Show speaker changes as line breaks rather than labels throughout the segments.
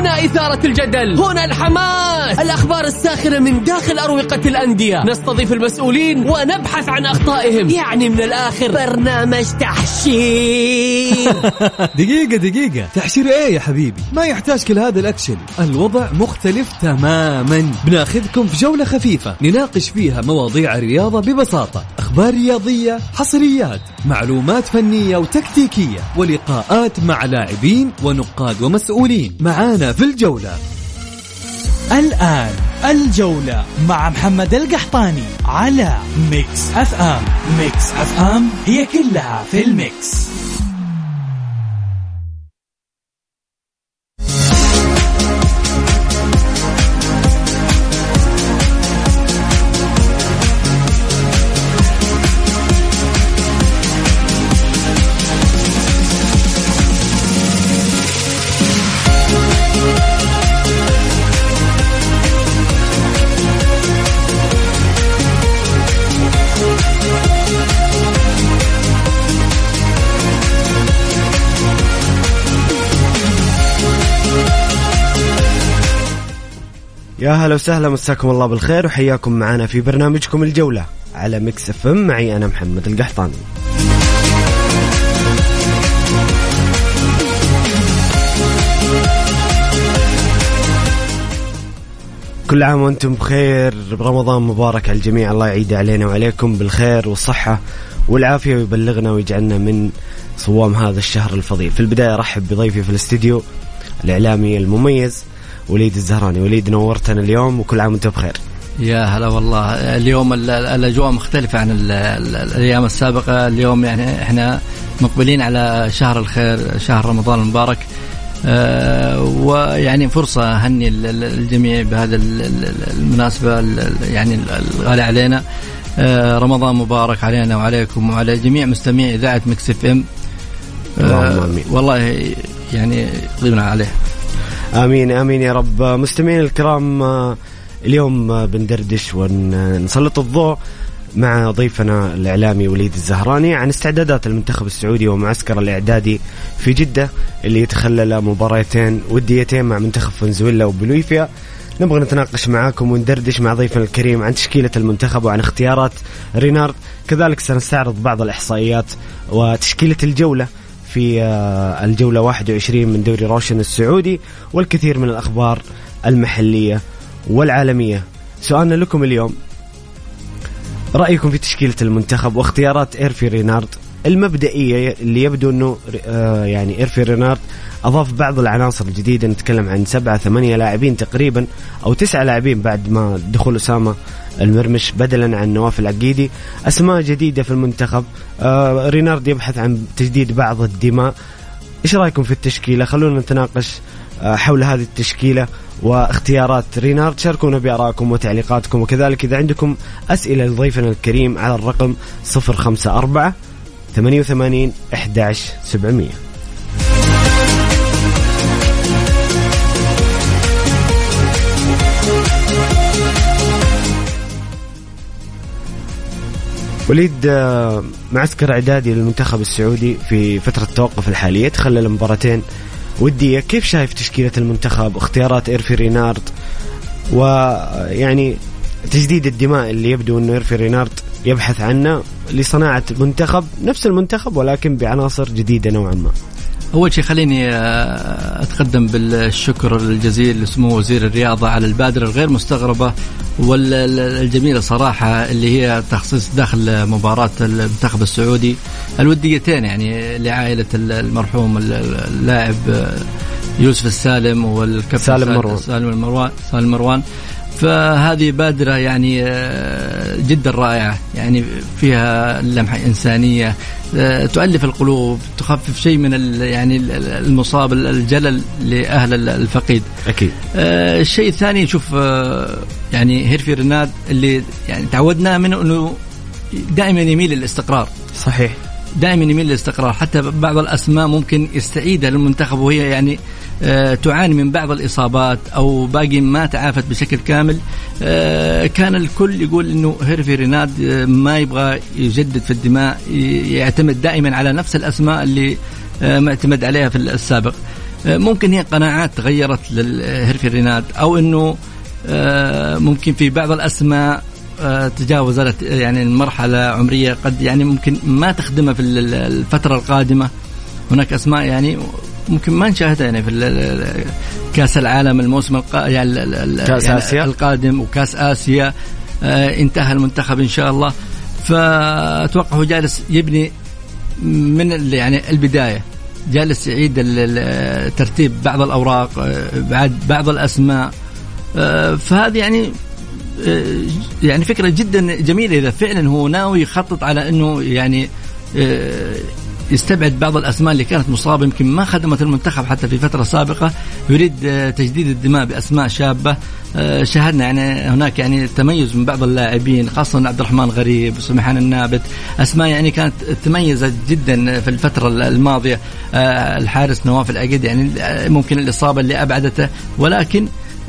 هنا إثارة الجدل، هنا الحماس، الأخبار الساخنة من داخل أروقة الأندية، نستضيف المسؤولين ونبحث عن أخطائهم. يعني من الآخر برنامج تحشير.
دقيقة تحشير ايه يا حبيبي؟ ما يحتاج كل هذا الأكشن. الوضع مختلف تماما. بناخذكم في جولة خفيفة نناقش فيها مواضيع الرياضة ببساطة، أخبار رياضية، حصريات، معلومات فنية وتكتيكية، ولقاءات مع لاعبين ونقاد ومسؤولين. معانا في الجولة.
الآن الجولة مع محمد القحطاني على ميكس اف ام. ميكس اف ام هي كلها في الميكس.
يا هلا وسهلا، مساكم الله بالخير وحياكم معنا في برنامجكم الجولة على ميكس اف ام. معي أنا محمد القحطاني. كل عام وأنتم بخير، رمضان مبارك على الجميع، الله يعيد علينا وعليكم بالخير والصحة والعافية ويبلغنا ويجعلنا من صوام هذا الشهر الفضيل. في البداية أرحب بضيفي في الاستديو الإعلامي المميز وليد الزهراني. وليد نورتنا اليوم وكل عام وانت بخير.
يا هلا والله. اليوم الأجواء مختلفة عن الأيام السابقة. اليوم يعني احنا مقبلين على شهر الخير، شهر رمضان المبارك، ويعني فرصة هني الجميع بهذا المناسبة يعني الغالي علينا. رمضان مبارك علينا وعليكم وعلى جميع مستمعي إذاعة ميكس اف ام. والله يعني قضينا عليه.
آمين آمين يا رب. مستمعين الكرام، اليوم بندردش ونسلط الضوء مع ضيفنا الإعلامي وليد الزهراني عن استعدادات المنتخب السعودي ومعسكر الإعدادي في جدة اللي يتخلل مباراتين وديتين مع منتخب فنزويلا وبوليفيا. نبغى نتناقش معاكم وندردش مع ضيفنا الكريم عن تشكيلة المنتخب وعن اختيارات رينارد. كذلك سنستعرض بعض الإحصائيات وتشكيلة الجولة في الجولة 21 من دوري روشن السعودي والكثير من الأخبار المحلية والعالمية. سؤالنا لكم اليوم، رأيكم في تشكيلة المنتخب واختيارات إيرفي رينارد المبدئية اللي يبدو أنه يعني إيرفي رينارد أضاف بعض العناصر الجديدة. نتكلم عن 7-8 لاعبين تقريبا أو 9 لاعبين بعد ما دخول أسامة المرمش بدلا عن نواف العقيدي. أسماء جديدة في المنتخب. رينارد يبحث عن تجديد بعض الدماء. إيش رأيكم في التشكيلة؟ خلونا نتناقش حول هذه التشكيلة واختيارات رينارد. شاركونا بآرائكم وتعليقاتكم، وكذلك إذا عندكم أسئلة لضيفنا الكريم على الرقم 054 88 11 700. وليد، معسكر إعدادي للمنتخب السعودي في فترة التوقف الحالية تخلل مباراتين ودية. كيف شايف تشكيلة المنتخب، اختيارات إيرفي رينارد، ويعني تجديد الدماء اللي يبدو أنه إيرفي رينارد يبحث عنه لصناعة منتخب نفس المنتخب ولكن بعناصر جديدة نوعا ما؟
أول شيء خليني أتقدم بالشكر الجزيل لسمو وزير الرياضة على البادرة الغير مستغربة والجميلة صراحة اللي هي تخصيص داخل مباراة المنتخب السعودي الوديتين يعني لعائلة المرحوم اللاعب يوسف السالم والكابتن سالم مروان. فهذه بادرة يعني جدا رائعة، يعني فيها لمحة إنسانية تؤلف القلوب، تخفف شيء من يعني المصاب الجلل لأهل الفقيد.
أكيد.
الشيء الثاني شوف يعني هيرفي رينارد اللي يعني تعودنا منه أنه دائما يميل للاستقرار.
صحيح،
دائما يميل للاستقرار. حتى بعض الأسماء ممكن يستعيدها للمنتخب وهي يعني تعاني من بعض الإصابات أو باقي ما تعافت بشكل كامل. كان الكل يقول إنه هيرفي رينارد ما يبغى يجدد في الدماء، يعتمد دائما على نفس الأسماء اللي معتمد عليها في السابق. ممكن هي قناعات تغيرت لهيرفي رينارد، أو أنه ممكن في بعض الأسماء تجاوزت يعني المرحلة عمرية قد يعني ممكن ما تخدمها في الفترة القادمة. هناك أسماء يعني ممكن ما نشاهدها يعني في كأس العالم الموسم
كأس آسيا
القادم وكأس آسيا. انتهى المنتخب إن شاء الله، فأتوقع هو جالس يبني من يعني البداية، جالس يعيد ترتيب بعض الأوراق، بعض الأسماء. فهذه يعني فكرة جدا جميلة إذا فعلا هو ناوي يخطط على أنه يعني يستبعد بعض الأسماء اللي كانت مصابة يمكن ما خدمت المنتخب حتى في فترة سابقة، يريد تجديد الدماء بأسماء شابة. شاهدنا يعني هناك يعني تميز من بعض اللاعبين، خاصة عبد الرحمن غريب، سمحان النابت، أسماء يعني كانت تميزت جدا في الفترة الماضية. الحارس نواف العقيد يعني ممكن الإصابة اللي أبعدته، ولكن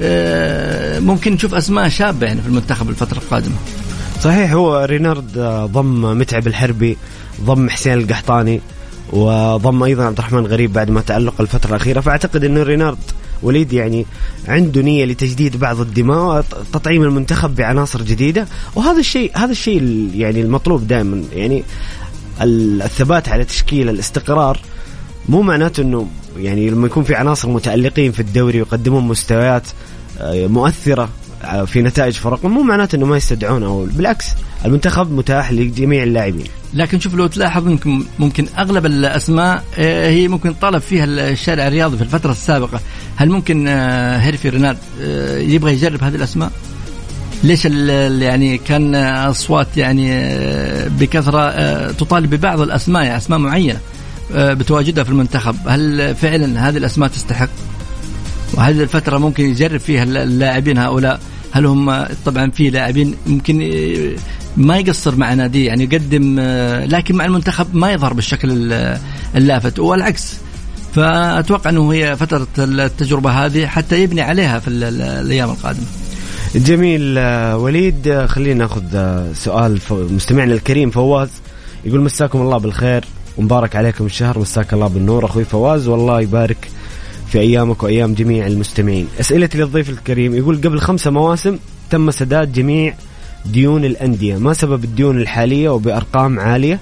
ممكن نشوف أسماء شابة يعني في المنتخب الفترة القادمة.
صحيح، هو رينارد ضم متعب الحربي، ضم حسين القحطاني، وضم أيضا عبد الرحمن غريب بعد ما تألق الفترة الأخيرة. فأعتقد أن رينارد وليد يعني عنده نية لتجديد بعض الدماء وتطعيم المنتخب بعناصر جديدة، وهذا الشيء يعني المطلوب دائما. يعني الثبات على تشكيل، الاستقرار، مو معناته أنه يعني لما يكون في عناصر متألقين في الدوري ويقدمون مستويات مؤثرة في نتائج فرقهم، مو معناته أنه ما يستدعون، أو بالعكس المنتخب متاح لجميع اللاعبين.
لكن شوف لو تلاحظ ممكن أغلب الأسماء هي ممكن طلب فيها الشارع الرياضي في الفترة السابقة. هل ممكن هيرفي رينارد يبغى يجرب هذه الأسماء؟ ليش يعني كان أصوات يعني بكثرة تطالب ببعض الأسماء، يعني أسماء معينة بتواجدها في المنتخب؟ هل فعلا هذه الأسماء تستحق؟ وهذه الفترة ممكن يجرب فيها اللاعبين هؤلاء. هل هم طبعا في لاعبين ممكن ما يقصر مع نادي يعني يقدم، لكن مع المنتخب ما يظهر بالشكل اللافت، والعكس. فأتوقع أنه هي فترة التجربة هذه حتى يبني عليها في الأيام القادمة.
جميل. وليد، خلينا نأخذ سؤال مستمعنا الكريم فواز، يقول مساكم الله بالخير ومبارك عليكم الشهر. مساك الله بالنور أخوي فواز، والله يبارك في أيامك وأيام جميع المستمعين. أسئلتي للضيف الكريم، يقول قبل 5 مواسم تم سداد جميع ديون الأندية، ما سبب الديون الحالية وبأرقام عالية؟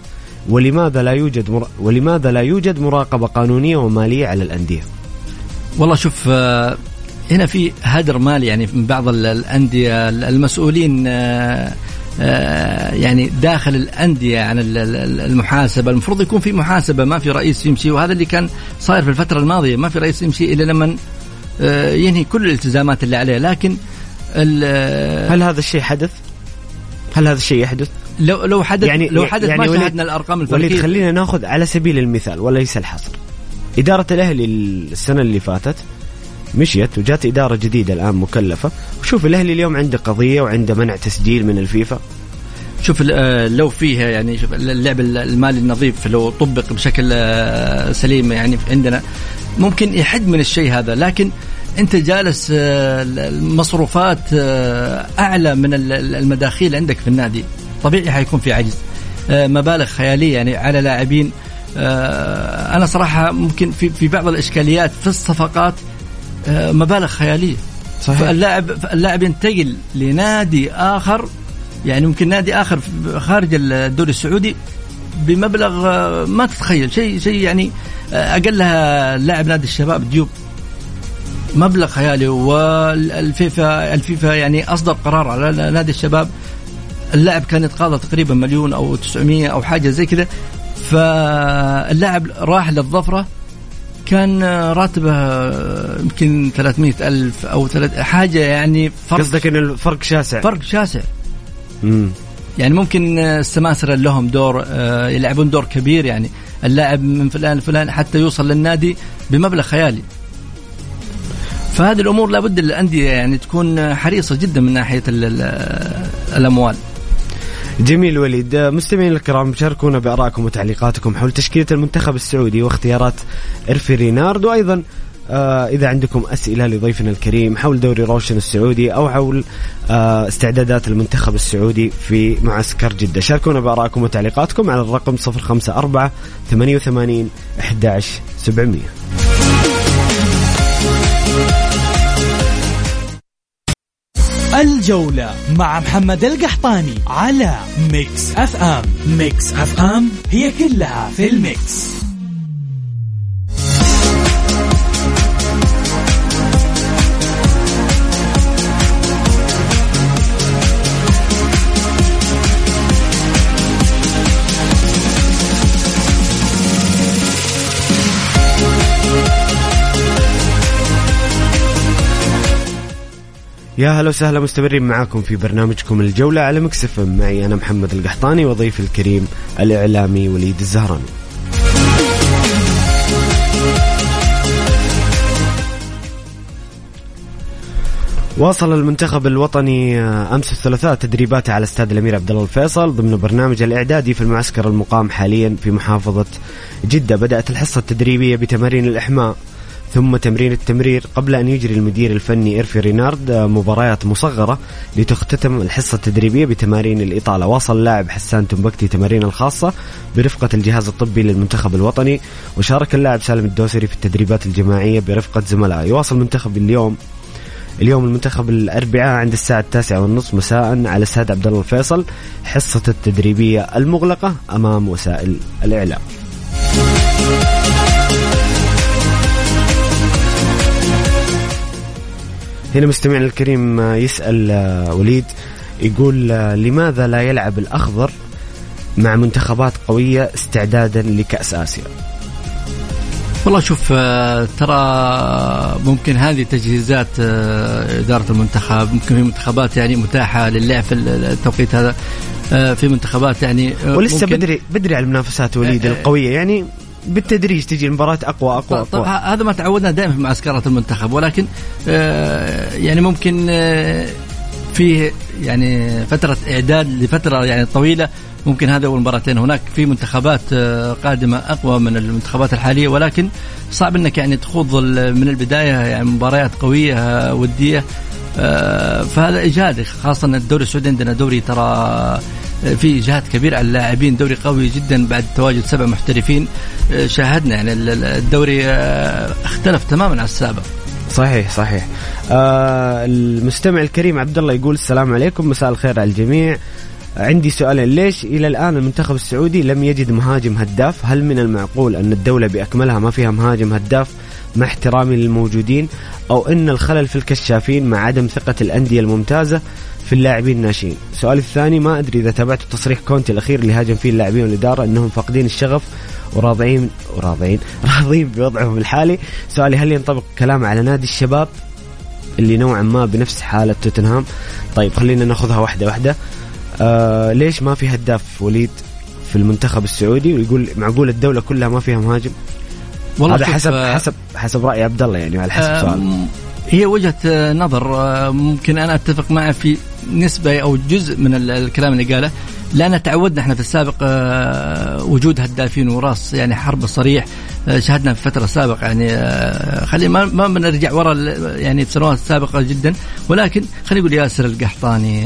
ولماذا لا يوجد مراقبة قانونية ومالية على الأندية؟
والله شوف، هنا في هدر مالي يعني من بعض الأندية. المسؤولين يعني داخل الأندية عن المحاسبة، المفروض يكون في محاسبة، ما في رئيس يمشي، وهذا اللي كان صاير في الفترة الماضية. ما في رئيس يمشي إلا لما ينهي كل الالتزامات اللي عليه. لكن
هل هذا الشيء حدث؟ هل هذا الشيء يحدث؟
لو حدث يعني ما شاهدنا الأرقام الفلكية.
خلينا نأخذ على سبيل المثال وليس الحصر، إدارة الأهلي السنة اللي فاتت مشيت وجات إدارة جديدة الآن مكلفة، وشوف الأهلي اليوم عنده قضية وعنده منع تسجيل من الفيفا.
شوف لو فيها يعني شوف اللعب المالي النظيف لو طبق بشكل سليم يعني عندنا ممكن يحد من الشيء هذا. لكن أنت جالس المصروفات أعلى من المداخيل عندك في النادي، طبيعي حيكون في عجز، مبالغ خيالية يعني على لاعبين. أنا صراحة ممكن في بعض الإشكاليات في الصفقات مبالغ خيالية. صحيح. فاللاعب ينتقل لنادي آخر، يعني ممكن نادي آخر خارج الدوري السعودي بمبلغ ما تتخيل، شيء يعني أقلها لاعب نادي الشباب ديوب مبلغ خيالي. والفيفا يعني أصدر قرار على نادي الشباب، اللاعب كان يتقاضى تقريبا 1,000,000 أو 900 أو حاجة زي كده. فاللاعب راح للظفرة كان راتبه يمكن 300,000 أو حاجة، يعني
قصدك إن الفرق شاسع؟
فرق شاسع. يعني ممكن السماسرة لهم دور، يلعبون دور كبير، يعني اللاعب من فلان حتى يوصل للنادي بمبلغ خيالي. فهذه الأمور لابد الأندية يعني تكون حريصة جدا من ناحية الأموال.
جميل. وليد، مستمعين الكرام، شاركونا بآرائكم وتعليقاتكم حول تشكيلة المنتخب السعودي واختيارات إرفي رينارد، وأيضا إذا عندكم أسئلة لضيفنا الكريم حول دوري روشن السعودي أو حول استعدادات المنتخب السعودي في معسكر جدة، شاركونا بآرائكم وتعليقاتكم على الرقم 054-88-11700.
الجولة مع محمد القحطاني على ميكس اف ام. ميكس اف ام هي كلها في الميكس.
يا هلا وسهلا، مستمرين معاكم في برنامجكم الجولة على ميكس اف ام. معي أنا محمد القحطاني وضيفي الكريم الإعلامي وليد الزهراني. واصل المنتخب الوطني أمس الثلاثاء تدريباته على استاد الأمير عبد الله الفيصل ضمن برنامج الإعدادي في المعسكر المقام حاليا في محافظة جدة. بدأت الحصة التدريبية بتمارين الإحماء ثم تمرين التمرير قبل أن يجري المدير الفني إيرفي رينارد مباريات مصغرة لتختتم الحصة التدريبية بتمارين الإطالة. واصل اللاعب حسان تنبكتي تمارين الخاصة برفقة الجهاز الطبي للمنتخب الوطني، وشارك اللاعب سالم الدوسري في التدريبات الجماعية برفقة زملائه. يواصل المنتخب اليوم المنتخب الأربعاء عند الساعة 9:30 مساء على استاد عبد الله الفيصل حصة التدريبية المغلقة أمام وسائل الإعلام. هنا مستمعنا الكريم يسأل وليد، يقول لماذا لا يلعب الأخضر مع منتخبات قوية استعدادا لكأس آسيا؟
والله شوف، ترى ممكن هذه تجهيزات إدارة المنتخب، ممكن في منتخبات يعني متاحة للعب في التوقيت هذا، في منتخبات يعني
ولسه بدري على المنافسات وليد القوية، يعني بالتدريج تجي المباراة أقوى.
طب هذا ما تعودنا دائما في معسكرات المنتخب، ولكن يعني ممكن فيه يعني فترة إعداد لفترة يعني طويلة، ممكن هذا أول مباراتين. هناك في منتخبات قادمة أقوى من المنتخبات الحالية، ولكن صعب أنك يعني تخوض من البداية يعني مباريات قوية ودية، فهذا إجهاد. خاصة الدوري السعودي عندنا دوري ترى في إجهاد كبير على اللاعبين، دوري قوي جدا بعد تواجد 7 محترفين. شاهدنا يعني الدوري اختلف تماما عن السابق.
صحيح. المستمع الكريم عبد الله يقول السلام عليكم، مساء الخير على الجميع. عندي سؤالين، ليش إلى الآن المنتخب السعودي لم يجد مهاجم هداف؟ هل من المعقول أن الدولة بأكملها ما فيها مهاجم هداف مع احترامي للموجودين، أو أن الخلل في الكشافين مع عدم ثقة الأندية الممتازة في اللاعبين الناشئين؟ سؤال الثاني، ما أدري إذا تابعت تصريح كونتي الأخير اللي هاجم فيه اللاعبين والإدارة أنهم فاقدين الشغف وراضين بوضعهم الحالي. سؤالي، هل ينطبق كلام على نادي الشباب اللي نوعا ما بنفس حالة توتنهام؟ طيب خلينا ناخذها واحدة واحدة. ليش ما في هداف وليد في المنتخب السعودي؟ ويقول معقول الدولة كلها ما فيها مهاجم؟ هذا حسب رأي عبد الله يعني، على حسب سؤال.
هي وجهة نظر، ممكن أنا أتفق معه في نسبة أو جزء من الكلام اللي قاله، لأن تعودنا احنا في السابق وجود هدافين وراس يعني حرب صريح. شاهدنا في فترة سابقة يعني، خلينا ما بنرجع ورا يعني في سنوات سابقة جدا، ولكن خلينا نقول ياسر القحطاني،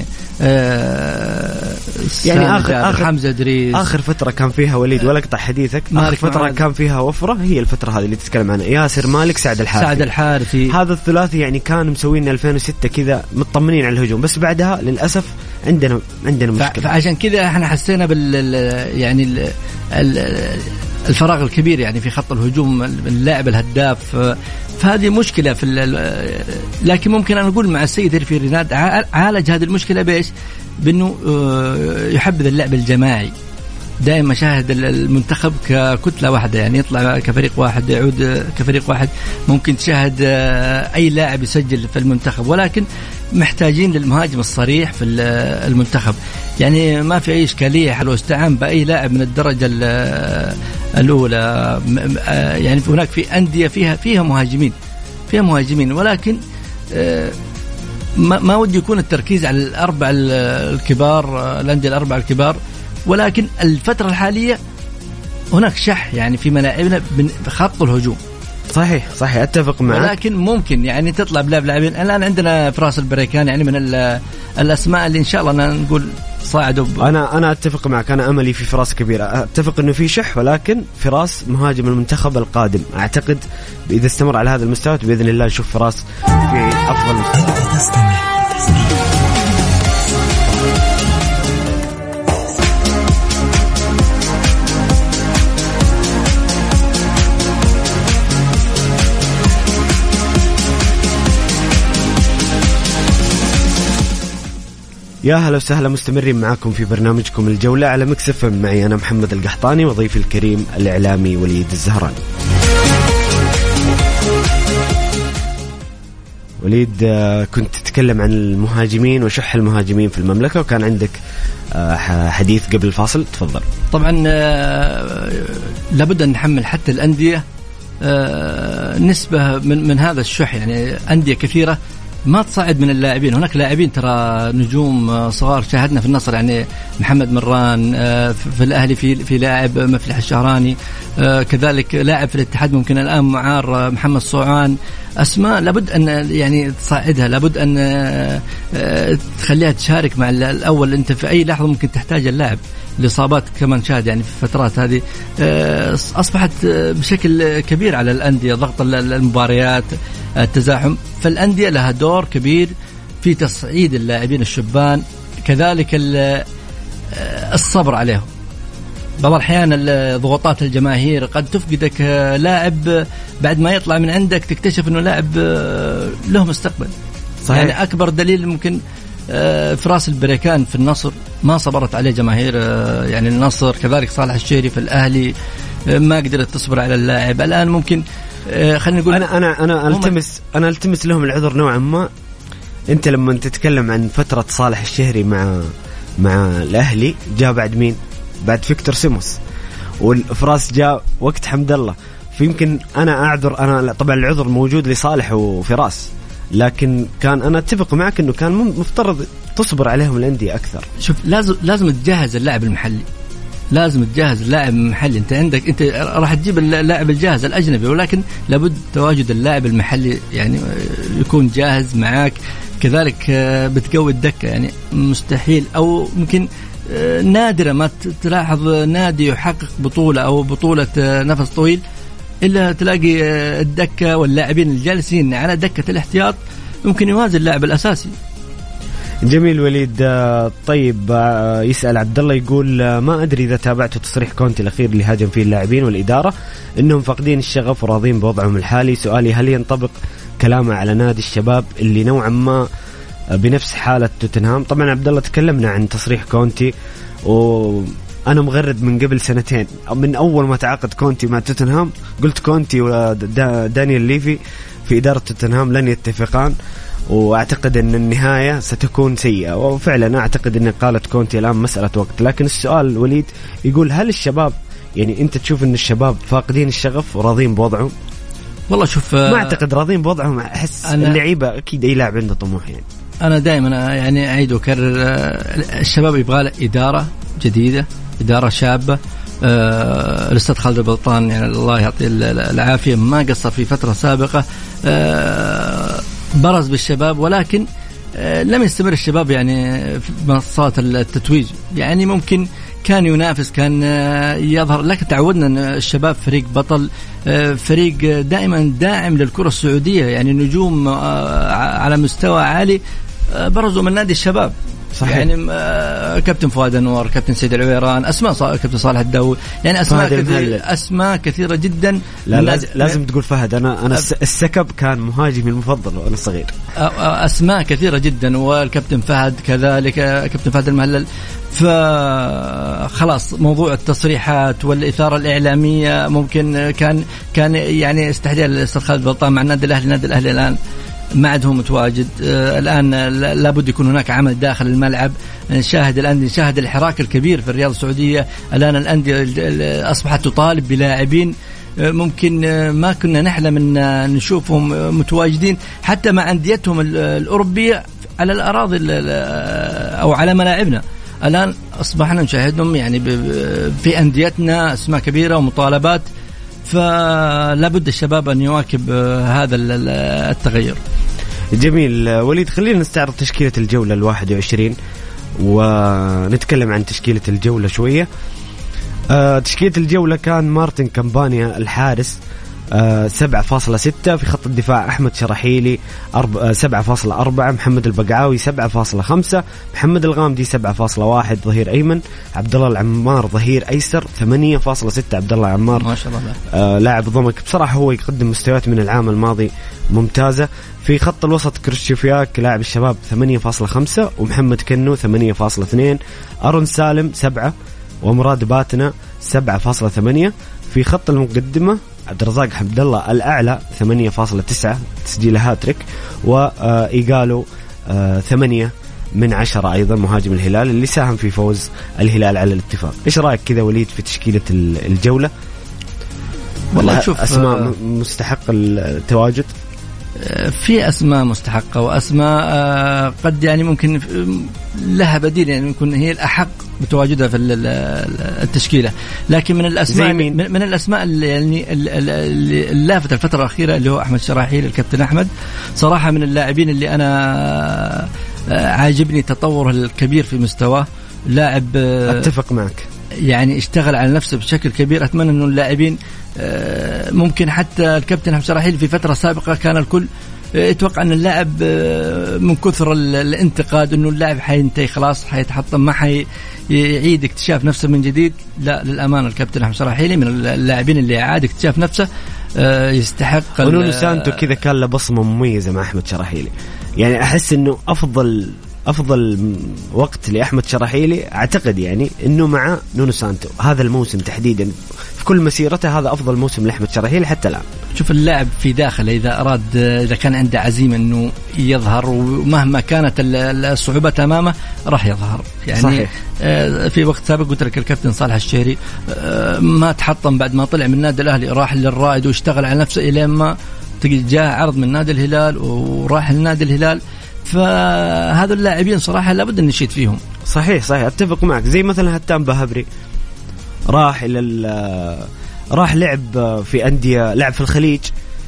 يعني
حمزة دريس،
آخر فترة كان فيها وليد ولا قطع حديثك، آخر فترة كان فيها وفرة، هي الفترة هذه اللي تتكلم عنها، ياسر مالك سعد الحارثي. هذا الثلاثي يعني كان مسوين 2006 كذا مطمنين على الهجوم، بس بعدها للأسف عندنا مشكلة.
فعشان كذا احنا حسينا يعني الفراغ الكبير يعني في خط الهجوم، اللاعب الهداف، فهذه مشكلة لكن ممكن أنا أقول مع السيد إيرفي رينارد عالج هذه المشكلة بإيش؟ بأنه يحبذ اللعب الجماعي. دائما شاهد المنتخب ككتلة واحدة، يعني يطلع كفريق واحد يعود كفريق واحد. ممكن تشاهد أي لاعب يسجل في المنتخب، ولكن محتاجين للمهاجم الصريح في المنتخب. يعني ما في أي إشكالية لو استعان بأي لاعب من الدرجة الأولى. يعني هناك في أندية فيها مهاجمين، ولكن ما ودي يكون التركيز على الأربع الكبار، الأندية الأربع الكبار. ولكن الفترة الحالية هناك شح يعني في ملاعبنا بخط الهجوم.
صحيح أتفق معك،
ولكن ممكن يعني تطلع بلاعبين. الآن عندنا فراس البريكان يعني من الأسماء اللي إن شاء الله نقول صاعدوا.
أنا أتفق معك، أنا أملي في فراس كبيرة. أتفق إنه في شح، ولكن فراس مهاجم المنتخب القادم أعتقد إذا استمر على هذا المستوى بإذن الله نشوف فراس في أفضل مستوى. يا هلا وسهلا، مستمرين معاكم في برنامجكم الجولة على ميكس اف ام. معي أنا محمد القحطاني وضيفي الكريم الإعلامي وليد الزهراني. وليد، كنت تتكلم عن المهاجمين وشح المهاجمين في المملكة، وكان عندك حديث قبل الفاصل، تفضل.
طبعا لابد أن نحمل حتى الأندية نسبة من هذا الشح. يعني أندية كثيرة ما تصعد من اللاعبين. هناك لاعبين ترى نجوم صغار، شاهدنا في النصر يعني محمد مران، في الأهلي في لاعب مفلح الشهراني، كذلك لاعب في الاتحاد ممكن الآن معار محمد صوعان. أسماء لابد أن يعني تصعدها، لابد أن تخليها تشارك مع الأول. أنت في أي لحظة ممكن تحتاج اللاعب. الإصابات كمان شاهد يعني في الفترات هذه أصبحت بشكل كبير على الأندية، ضغط المباريات، التزاحم. فالأندية لها دور كبير في تصعيد اللاعبين الشبان، كذلك الصبر عليهم. بعض الأحيان ضغوطات الجماهير قد تفقدك لاعب، بعد ما يطلع من عندك تكتشف أنه لاعب له مستقبل. صحيح. يعني أكبر دليل ممكن فراس البريكان في النصر ما صبرت عليه جماهير يعني النصر، كذلك صالح الشهري في الأهلي ما قدرت تصبر على اللاعب. الآن ممكن خلينا نقول
أنا ألتمس لهم العذر نوعا ما. أنت لما تتكلم عن فترة صالح الشهري مع الأهلي، جاء بعد مين؟ بعد فيكتور سيموس، والفراس جاء وقت حمد الله. فيمكن أنا أعذر، أنا طبعا العذر موجود لصالح وفراس، لكن كان أنا أتفق معك أنه كان مفترض تصبر عليهم الأندية أكثر.
شوف، لازم تجهز اللاعب المحلي، لازم تجهز اللاعب المحلي. أنت راح تجيب اللاعب الجاهز الأجنبي، ولكن لابد تواجد اللاعب المحلي يعني يكون جاهز معاك. كذلك بتقوي الدكة، يعني مستحيل أو ممكن نادرة ما تلاحظ نادي يحقق بطولة أو بطولة نفس طويل إلا تلاقي الدكة واللاعبين الجالسين على دكة الاحتياط ممكن يوازي اللاعب الأساسي.
جميل. وليد، طيب، يسأل عبد الله يقول ما أدري إذا تابعت تصريح كونتي الأخير اللي هاجم فيه اللاعبين والإدارة إنهم فاقدين الشغف وراضين بوضعهم الحالي. سؤالي، هل ينطبق كلامه على نادي الشباب اللي نوعا ما بنفس حالة توتنهام؟ طبعا عبد الله تكلمنا عن تصريح كونتي، وأنا مغرد من قبل سنتين من أول ما تعاقد كونتي مع توتنهام، قلت كونتي ودانيال ليفي في إدارة توتنهام لن يتفقان، وأعتقد أن النهاية ستكون سيئة. وفعلا أعتقد أن قالت كونتي الآن مسألة وقت. لكن السؤال وليد يقول، هل الشباب يعني أنت تشوف أن الشباب فاقدين الشغف وراضين بوضعهم؟
والله شوف،
ما أعتقد راضين بوضعهم. أحس اللعيبة أكيد أي لاعب عنده طموح. يعني
أنا دائما يعني أعيد وكرر، الشباب يبغى له إدارة جديدة، إدارة شابة. الأستاذ خالد البلطان يعني الله يعطيه العافية ما قصر في فترة سابقة، برز بالشباب، ولكن لم يستمر الشباب يعني في منصات التتويج. يعني ممكن كان ينافس، كان يظهر، لكن تعودنا أن الشباب فريق بطل، فريق دائما داعم للكرة السعودية. يعني نجوم على مستوى عالي برزوا من نادي الشباب. صحيح. يعني كابتن فؤاد أنور، كابتن سيد العويران، أسماء كابتن صالح الداوي، يعني أسماء كثيرة جدا.
لازم تقول فهد. أنا السكب كان مهاجمي المفضل وأنا صغير.
أسماء كثيرة جدا، والكابتن فهد كذلك، كابتن فهد المهلل. فخلاص موضوع التصريحات والإثارة الإعلامية ممكن كان يعني استحداث الأستاذ خالد بلطان مع النادي الأهلي الآن ما عاد هو متواجد. الآن لابد يكون هناك عمل داخل الملعب. نشاهد الحراك الكبير في الرياضة السعودية. الآن الأندية أصبحت تطالب بلاعبين ممكن ما كنا نحلم أن نشوفهم متواجدين حتى مع أنديتهم الأوروبية على الأراضي أو على ملاعبنا. الآن أصبحنا نشاهدهم يعني في أنديتنا أسماء كبيرة ومطالبات. فلا بد الشباب أن يواكب هذا التغير.
جميل. وليد، خلينا نستعرض تشكيلة الجولة 21 ونتكلم عن تشكيلة الجولة شوية. تشكيلة الجولة كان مارتن كامبانيا الحارس 7.6. في خط الدفاع أحمد شرحيلي 7.4. محمد البقعاوي 7.5. محمد الغامدي 7.1 ظهير أيمن. عبد الله العمار ظهير أيسر 8.6. عبد الله العمار
ما شاء الله لاعب
ضمك بصراحة، هو يقدم مستويات من العام الماضي ممتازة. في خط الوسط كريستوفياك لاعب الشباب 8.5 ومحمد كنو 8.2. أرون سالم 7 ومراد باتنا 7.8. في خط المقدمة عبد الرزاق حمد الله الأعلى 8.9 تسجيل هاتريك، وإيغالو 8/10 أيضا مهاجم الهلال اللي ساهم في فوز الهلال على الاتفاق. إيش رأيك كذا وليد في تشكيلة الجولة؟
والله شوف
أسماء مستحق التواجد،
في أسماء مستحقة وأسماء قد يعني ممكن لها بديل، يعني ممكن هي الأحق بتواجدها في التشكيلة. لكن من الأسماء اللي يعني اللافتة الفترة الأخيرة اللي هو أحمد شراحيل الكابتن أحمد، صراحة من اللاعبين اللي أنا عاجبني تطوره الكبير في مستواه. لاعب
أتفق معك، يعني
اشتغل على نفسه بشكل كبير. أتمنى أنه اللاعبين ممكن حتى الكابتن أحمد شراحيل في فترة سابقة كان الكل يتوقع أن اللاعب من كثر الانتقاد أنه اللاعب حينتهي خلاص حيتحطم ما حيعيد اكتشاف نفسه من جديد. لا، للأمانة الكابتن أحمد شراحيل من اللاعبين اللي عاد اكتشاف نفسه، يستحق.
ونونو سانتو كذا كان له بصمة مميزة مع أحمد شراحيلي، يعني أحس أنه أفضل وقت لأحمد شراحيلي أعتقد يعني أنه مع نونو سانتو هذا الموسم تحديدا في كل مسيرته، هذا أفضل موسم لأحمد شراحيلي حتى الآن.
شوف اللاعب في داخله إذا أراد، إذا كان عنده عزيمة أنه يظهر ومهما كانت الصعوبات أمامه راح يظهر يعني. صحيح. في وقت سابق قلت لك الكابتن صالح الشهري ما تحطم بعد ما طلع من النادي الأهلي، راح للرائد واشتغل على نفسه إلى ما جاء عرض من نادي الهلال وراح لنادي الهلال. فهذا اللاعبين صراحة لابد أن نشيد فيهم.
صحيح أتفق معك. زي مثلا هتان بهبري راح لعب في أندية، لعب في الخليج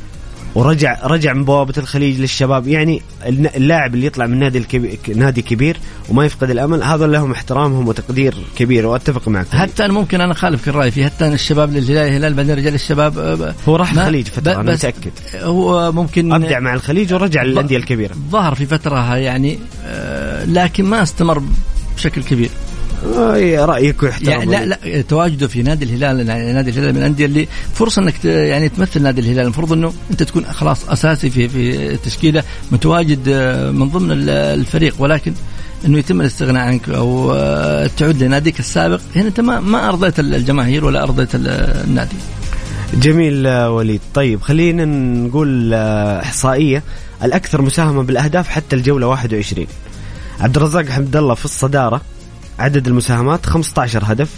ورجع من بوابة الخليج للشباب. يعني اللاعب اللي يطلع من نادي كبير وما يفقد الأمل، هذا لهم احترامهم وتقدير كبير، وأتفق معك.
حتى أنا ممكن أنا خالف الرأي في حتى الشباب للهلال بعدين رجع للشباب.
هو راح الخليج فترة، أنا متأكد
هو ممكن
أبدع مع الخليج ورجع للأندية الكبيرة،
ظهر في فترة يعني لكن ما استمر بشكل كبير.
رأيك ويحترم.
يعني لا تواجده في نادي الهلال، نادي الهلال من الأندية اللي فرصة انك يعني تمثل نادي الهلال. المفروض انه انت تكون خلاص اساسي في تشكيله، متواجد من ضمن الفريق، ولكن انه يتم الاستغناء عنك او تعود لناديك السابق، هنا انت ما ارضيت الجماهير ولا ارضيت النادي.
جميل وليد. طيب خلينا نقول احصائيه الاكثر مساهمه بالاهداف حتى الجوله 21. عبد الرزاق حمد الله في الصداره، عدد المساهمات 15 هدف.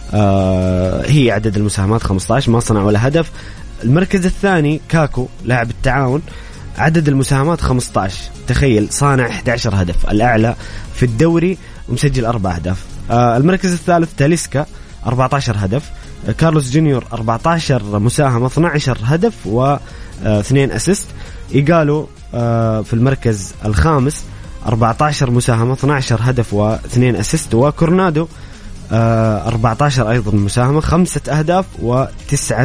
هي عدد المساهمات 15، ما صنع ولا هدف. المركز الثاني كاكو لاعب التعاون، عدد المساهمات 15، تخيل صانع 11 هدف، الأعلى في الدوري ومسجل 4 أهداف. المركز الثالث تاليسكا 14 هدف. كارلوس جونيور 14 مساهمة 12 هدف و2 أسيست. إيغالو في المركز الخامس 14 مساهمة 12 هدف و2 أسيست. وكورنادو 14 أيضا مساهمة 5 أهداف و9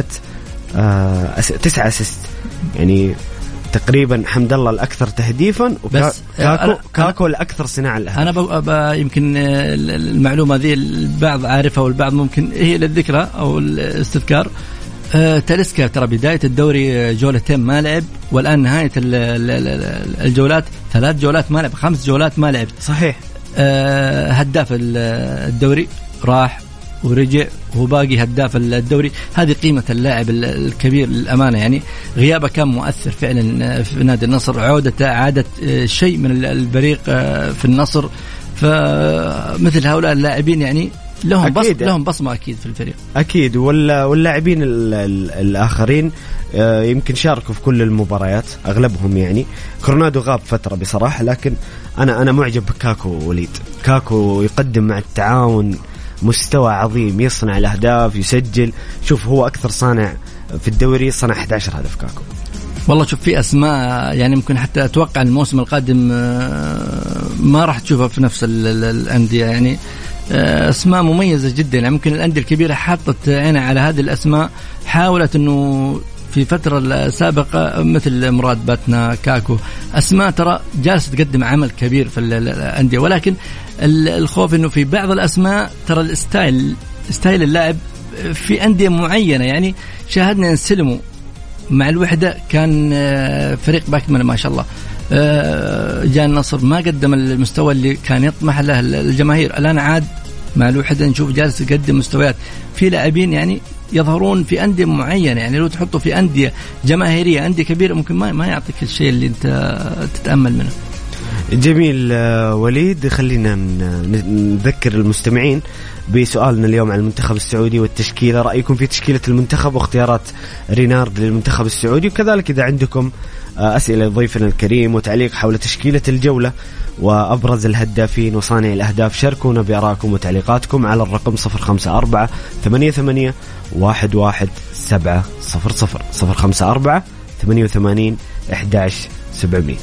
9 أسيست. يعني تقريبا حمد الله الأكثر تهديفا، وكاكو الأكثر صناعة الأهداف.
أنا يمكن المعلومة ذي البعض عارفها والبعض ممكن هي للذكرى أو الاستذكار. تاليسكا ترى بداية الدوري جولتين ما لعب، والآن نهاية الجولات 3 جولات ما لعب، 5 جولات ما لعب.
صحيح.
هداف الدوري راح ورجع، وهو باقي هداف الدوري. هذه قيمة اللاعب الكبير للأمانة، يعني غيابه كان مؤثر فعلا في نادي النصر، عادت شيء من البريق في النصر. فمثل هؤلاء اللاعبين يعني لهم بصمة أكيد في الفريق.
أكيد. واللاعبين الآخرين يمكن شاركوا في كل المباريات أغلبهم. يعني كورنادو غاب فترة بصراحة، لكن أنا معجب بكاكو وليد. كاكو يقدم مع التعاون مستوى عظيم، يصنع الأهداف، يسجل. شوف هو أكثر صانع في الدوري، صنع 11 هدف كاكو.
والله شوف في أسماء يعني ممكن حتى أتوقع الموسم القادم ما راح تشوفها في نفس الأندية، يعني أسماء مميزة جدا. يعني ممكن الأندية الكبيرة حطت عينها على هذه الأسماء، حاولت أنه في فترة سابقة مثل مراد باتنا، كاكو، أسماء ترى جالسة تقدم عمل كبير في الأندية، ولكن الخوف أنه في بعض الأسماء ترى الستايل اللاعب في أندية معينة، يعني شاهدنا ينسلموا مع الوحدة كان فريق باكمله ما شاء الله. جاء النصر ما قدم المستوى اللي كان يطمح له الجماهير. الآن عاد مع الوحدة نشوف جالس يقدم مستويات في لاعبين يعني يظهرون في أندية معينة، يعني لو تحطه في أندية جماهيرية أندية كبيرة ممكن ما يعطيك الشيء اللي أنت تتأمل منه.
جميل وليد، خلينا نذكر المستمعين بسؤالنا اليوم عن المنتخب السعودي والتشكيلة. رأيكم في تشكيلة المنتخب واختيارات رينارد للمنتخب السعودي، وكذلك إذا عندكم أسئلة ضيفنا الكريم وتعليق حول تشكيلة الجولة وأبرز الهدافين وصانع الأهداف، شاركونا بآرائكم وتعليقاتكم على الرقم 054 88 11700 054 88 11700.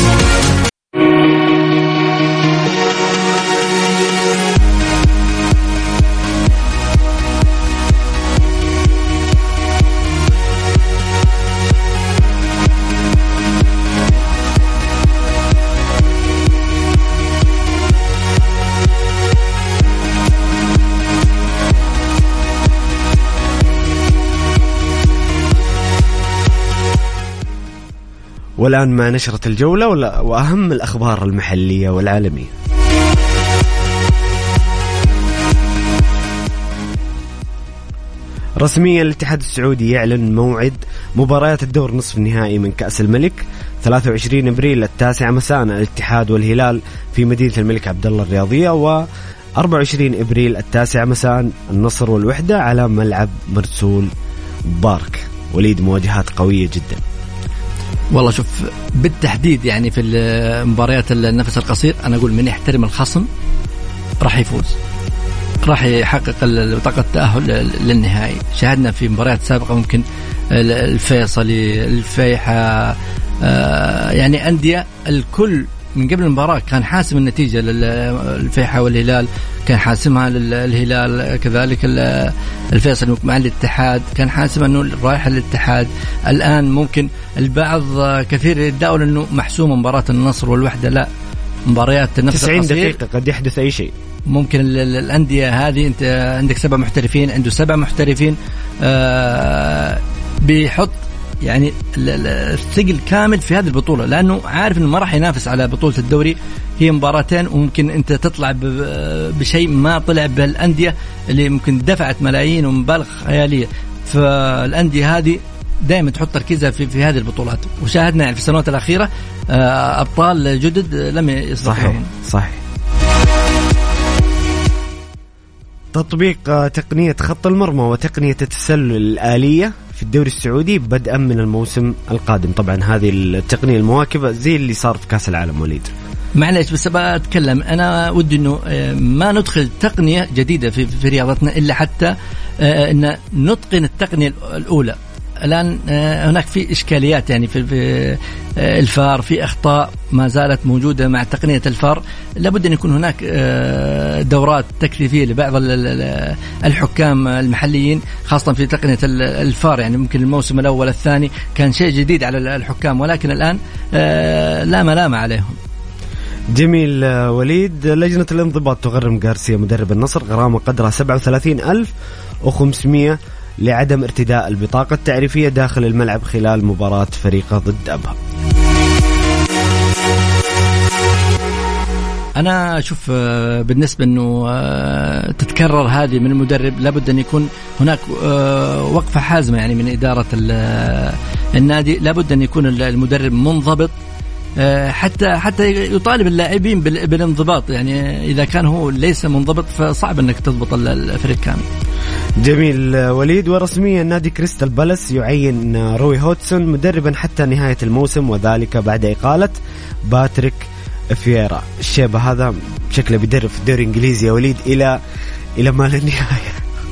والآن مع نشرة الجولة وأهم الأخبار المحلية والعالمية. رسميا الاتحاد السعودي يعلن موعد مباريات الدور نصف النهائي من كأس الملك 23 أبريل 9 مساء الاتحاد والهلال في مدينة الملك عبدالله الرياضية، و24 أبريل 9 مساء النصر والوحدة على ملعب مرسول بارك. وليد، مواجهات قوية جدا.
والله شوف بالتحديد يعني في المباريات النفس القصير أنا أقول من يحترم الخصم راح يفوز، راح يحقق بطاقة التأهل للنهائي. شاهدنا في مباريات سابقة ممكن الفيصلي، الفيحة، يعني أندية الكل من قبل المباراة كان حاسم النتيجة للفيحة والهلال، كان حاسمها للهلال، كذلك الفيصل مع الاتحاد كان حاسم أنه رايح للاتحاد. الآن ممكن البعض كثير يدعون أنه محسومة مباراة النصر والوحدة، لا، مباريات النفس
90 دقيقة قد يحدث أي شيء.
ممكن الأندية هذه أنت عندك 7 محترفين، عنده 7 محترفين، بيحط يعني الثقل كامل في هذه البطولة، لأنه عارف أنه ما راح ينافس على بطولة الدوري، هي مباراتين وممكن أنت تطلع بشيء ما طلع بالأندية اللي ممكن دفعت ملايين ومبالغ خيالية. فالأندية هذه دائما تحط تركيزها في هذه البطولات، وشاهدنا يعني في السنوات الأخيرة أبطال جدد لم يصبحون.
صحيح. تطبيق تقنية خط المرمى وتقنية التسلل الآلية في الدوري السعودي بدءا من الموسم القادم. طبعا هذه التقنية المواكبة زي اللي صار في كأس العالم. وليد
معليش بس بتكلم، أنا ودي أنه ما ندخل تقنية جديدة في رياضتنا إلا حتى أن نتقن التقنية الأولى. الآن هناك في إشكاليات يعني في الفار، في أخطاء ما زالت موجودة مع تقنية الفار. لابد أن يكون هناك دورات تكثيفية لبعض الحكام المحليين خاصة في تقنية الفار. يعني ممكن الموسم الأول الثاني كان شيء جديد على الحكام، ولكن الآن لا ملام عليهم.
جميل وليد. لجنة الانضباط تغرم غارسيا مدرب النصر غرامة قدرها 37,500 لعدم ارتداء البطاقة التعريفية داخل الملعب خلال مباراة فريقه ضد أبها.
أنا أشوف بالنسبة أنه تتكرر هذه من المدرب لابد أن يكون هناك وقفة حازمة يعني من إدارة النادي. لابد أن يكون المدرب منضبط حتى يطالب اللاعبين بالانضباط. يعني إذا كان هو ليس منضبط فصعب أنك تضبط الفريق كامل.
جميل وليد. ورسميا نادي كريستال بالاس يعين روي هودسون مدربا حتى نهاية الموسم، وذلك بعد إقالة باتريك فييرا. الشيبة هذا شكله بيدرب في الدوري الإنجليزي يا وليد إلى ما لا نهاية.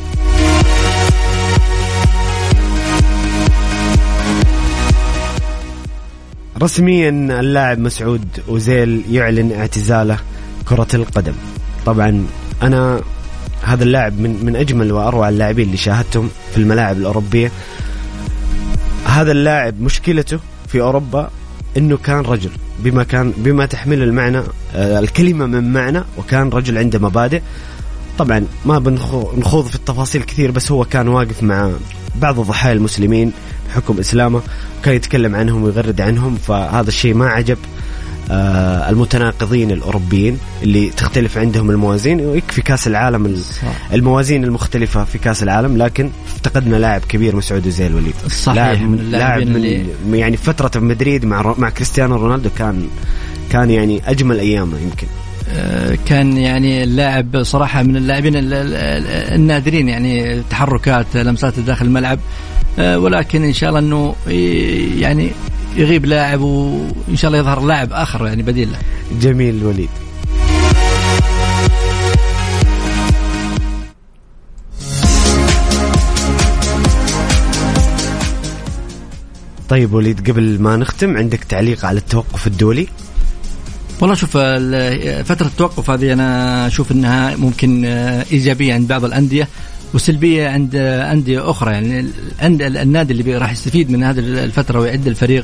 رسميا اللاعب مسعود أوزيل يعلن اعتزاله كرة القدم. طبعا أنا هذا اللاعب من أجمل وأروع اللاعبين اللي شاهدتهم في الملاعب الأوروبية. هذا اللاعب مشكلته في أوروبا إنه كان رجل بما تحمل المعنى الكلمة من معنى، وكان رجل عنده مبادئ. طبعا ما بنخوض في التفاصيل كثير، بس هو كان واقف مع بعض الضحايا المسلمين بحكم إسلامه، كان يتكلم عنهم ويغرد عنهم. فهذا الشيء ما عجب المتناقضين الأوروبيين اللي تختلف عندهم الموازين، ويكفي كأس العالم الموازين المختلفة في كأس العالم. لكن افتقدنا لاعب كبير مسعود وزي الوليد،
صحيح،
لاعب من يعني فترة في مدريد مع كريستيانو رونالدو كان يعني أجمل أيامه يمكن.
كان يعني اللاعب صراحة من اللاعبين النادرين، يعني تحركات لمسات داخل الملعب، ولكن إن شاء الله أنه يعني يغيب لاعب وإن شاء الله يظهر لاعب آخر يعني بديل له.
جميل وليد. طيب وليد، قبل ما نختم عندك تعليق على التوقف الدولي؟
والله شوف، فترة التوقف هذه أنا أشوف أنها ممكن إيجابية عند بعض الأندية وسلبية عند أندية أخرى. يعني النادي اللي راح يستفيد من هذه الفترة ويعد الفريق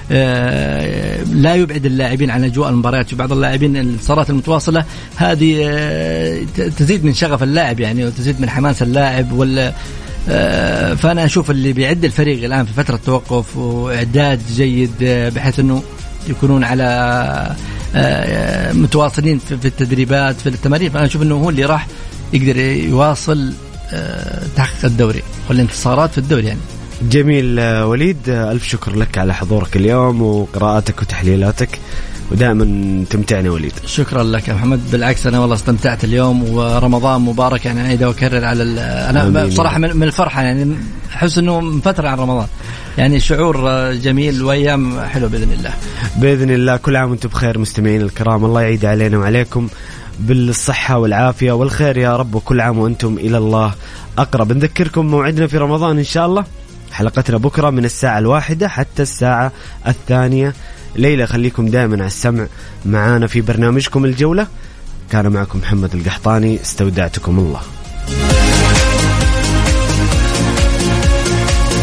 لا يبعد اللاعبين عن أجواء المباريات. بعض اللاعبين الانتصارات المتواصلة هذه تزيد من شغف اللاعب يعني، وتزيد من حماس اللاعب فأنا أشوف اللي بيعد الفريق الآن في فترة توقف وإعداد جيد بحيث أنه يكونون على متواصلين في التدريبات في التمارين، فأنا أشوف أنه هو اللي راح يقدر يواصل تحقيق الدوري والانتصارات في الدوري يعني.
جميل وليد، ألف شكر لك على حضورك اليوم وقراءاتك وتحليلاتك، ودائما تمتعنا وليد.
شكرا لك يا محمد، بالعكس أنا والله استمتعت اليوم، ورمضان مبارك يعني. أنا إذا أكرر على أنا بصراحة من الفرحة يعني، أحس إنه من فترة عن رمضان يعني، شعور جميل وأيام حلو بإذن الله.
بإذن الله. كل عام وأنتم بخير مستمعين الكرام، الله يعيد علينا وعليكم بالصحة والعافية والخير يا رب، وكل عام وأنتم إلى الله أقرب. نذكركم موعدنا في رمضان إن شاء الله، حلقتنا بكرة من الساعة 1 حتى الساعة 2 ليلة. خليكم دائما على السمع معانا في برنامجكم الجولة. كان معكم محمد القحطاني، استودعتكم الله.